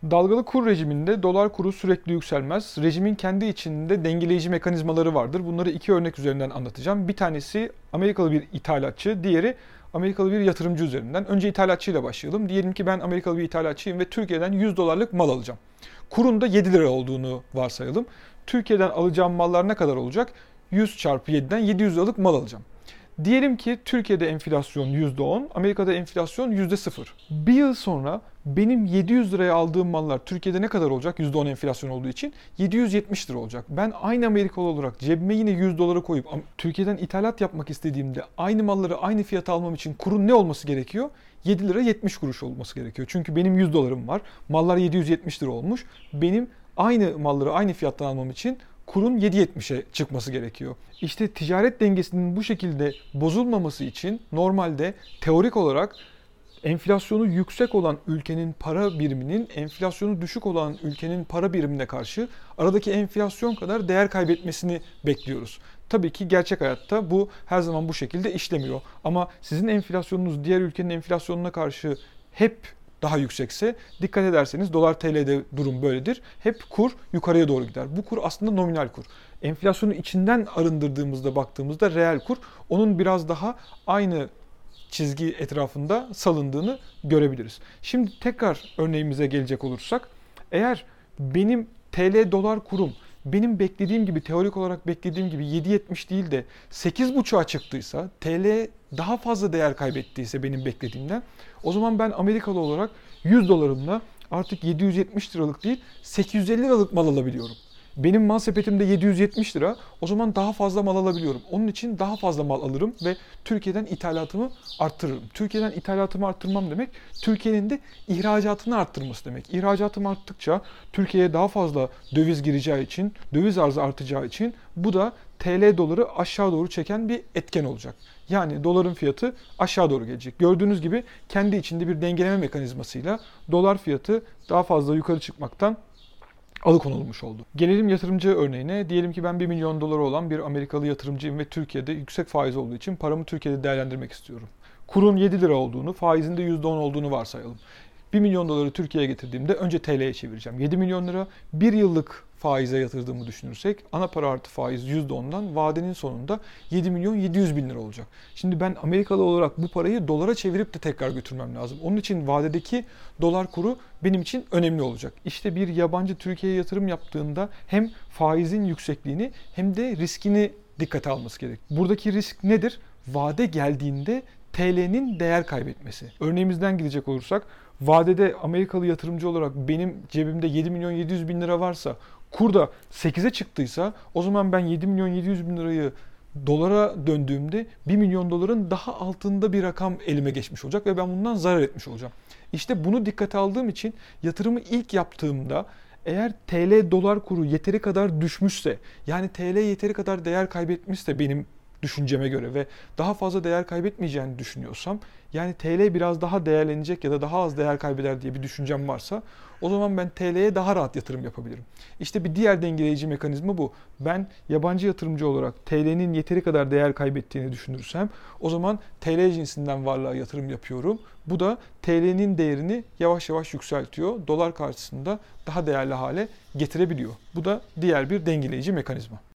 Dalgalı kur rejiminde dolar kuru sürekli yükselmez. Rejimin kendi içinde dengeleyici mekanizmaları vardır. Bunları iki örnek üzerinden anlatacağım. Bir tanesi Amerikalı bir ithalatçı, diğeri Amerikalı bir yatırımcı üzerinden. Önce ithalatçıyla başlayalım. Diyelim ki ben Amerikalı bir ithalatçıyım ve Türkiye'den 100 dolarlık mal alacağım. Kurun da 7 lira olduğunu varsayalım. Türkiye'den alacağım mallar ne kadar olacak? 100 çarpı 7'den 700 liralık mal alacağım. Diyelim ki Türkiye'de enflasyon %10, Amerika'da enflasyon %0. Bir yıl sonra benim 700 liraya aldığım mallar Türkiye'de ne kadar olacak? %10 enflasyon olduğu için 770 lira olacak. Ben aynı Amerikalı olarak cebime yine 100 doları koyup Türkiye'den ithalat yapmak istediğimde aynı malları aynı fiyata almam için kurun ne olması gerekiyor? 7 lira 70 kuruş olması gerekiyor. Çünkü benim 100 dolarım var. Mallar 770 lira olmuş. Benim aynı malları aynı fiyattan almam için kurun 7.70'e çıkması gerekiyor. İşte ticaret dengesinin bu şekilde bozulmaması için normalde teorik olarak enflasyonu yüksek olan ülkenin para biriminin enflasyonu düşük olan ülkenin para birimine karşı aradaki enflasyon kadar değer kaybetmesini bekliyoruz. Tabii ki gerçek hayatta bu her zaman bu şekilde işlemiyor. Ama sizin enflasyonunuz diğer ülkenin enflasyonuna karşı hep daha yüksekse dikkat ederseniz dolar TL'de durum böyledir. Hep kur yukarıya doğru gider. Bu kur aslında nominal kur. Enflasyonu içinden arındırdığımızda baktığımızda reel kur onun biraz daha aynı çizgi etrafında salındığını görebiliriz. Şimdi tekrar örneğimize gelecek olursak eğer benim TL dolar kurum benim beklediğim gibi teorik olarak beklediğim gibi 7.70 değil de 8.5'a çıktıysa TL daha fazla değer kaybettiyse benim beklediğimden o zaman ben Amerikalı olarak 100 dolarımla artık 770 liralık değil 850 liralık mal alabiliyorum. Benim mal sepetimde 770 lira. O zaman daha fazla mal alabiliyorum. Onun için daha fazla mal alırım ve Türkiye'den ithalatımı arttırırım. Türkiye'den ithalatımı arttırmam demek, Türkiye'nin de ihracatını arttırması demek. İhracatım arttıkça Türkiye'ye daha fazla döviz gireceği için, döviz arzı artacağı için bu da TL doları aşağı doğru çeken bir etken olacak. Yani doların fiyatı aşağı doğru gelecek. Gördüğünüz gibi kendi içinde bir dengeleme mekanizmasıyla dolar fiyatı daha fazla yukarı çıkmaktan alıkonulmuş oldu. Gelelim yatırımcı örneğine. Diyelim ki ben 1 milyon doları olan bir Amerikalı yatırımcıyım ve Türkiye'de yüksek faiz olduğu için paramı Türkiye'de değerlendirmek istiyorum. Kurun 7 lira olduğunu, faizin de %10 olduğunu varsayalım. 1 milyon doları Türkiye'ye getirdiğimde önce TL'ye çevireceğim. 7 milyon lira bir yıllık faize yatırdığımı düşünürsek ana para artı faiz %10'dan vadenin sonunda 7 milyon 700 bin lira olacak. Şimdi ben Amerikalı olarak bu parayı dolara çevirip de tekrar götürmem lazım. Onun için vadedeki dolar kuru benim için önemli olacak. İşte bir yabancı Türkiye'ye yatırım yaptığında hem faizin yüksekliğini hem de riskini dikkate alması gerek. Buradaki risk nedir? Vade geldiğinde TL'nin değer kaybetmesi. Örneğimizden gidecek olursak vadede Amerikalı yatırımcı olarak benim cebimde 7 milyon 700 bin lira varsa kur da 8'e çıktıysa o zaman ben 7 milyon 700 bin lirayı dolara döndüğümde 1 milyon doların daha altında bir rakam elime geçmiş olacak ve ben bundan zarar etmiş olacağım. İşte bunu dikkate aldığım için yatırımı ilk yaptığımda eğer TL dolar kuru yeteri kadar düşmüşse yani TL yeteri kadar değer kaybetmişse benim düşünceme göre ve daha fazla değer kaybetmeyeceğini düşünüyorsam yani TL biraz daha değerlenecek ya da daha az değer kaybeder diye bir düşüncem varsa o zaman ben TL'ye daha rahat yatırım yapabilirim. İşte bir diğer dengeleyici mekanizma bu. Ben yabancı yatırımcı olarak TL'nin yeteri kadar değer kaybettiğini düşünürsem o zaman TL cinsinden varlığa yatırım yapıyorum. Bu da TL'nin değerini yavaş yavaş yükseltiyor. Dolar karşısında daha değerli hale getirebiliyor. Bu da diğer bir dengeleyici mekanizma.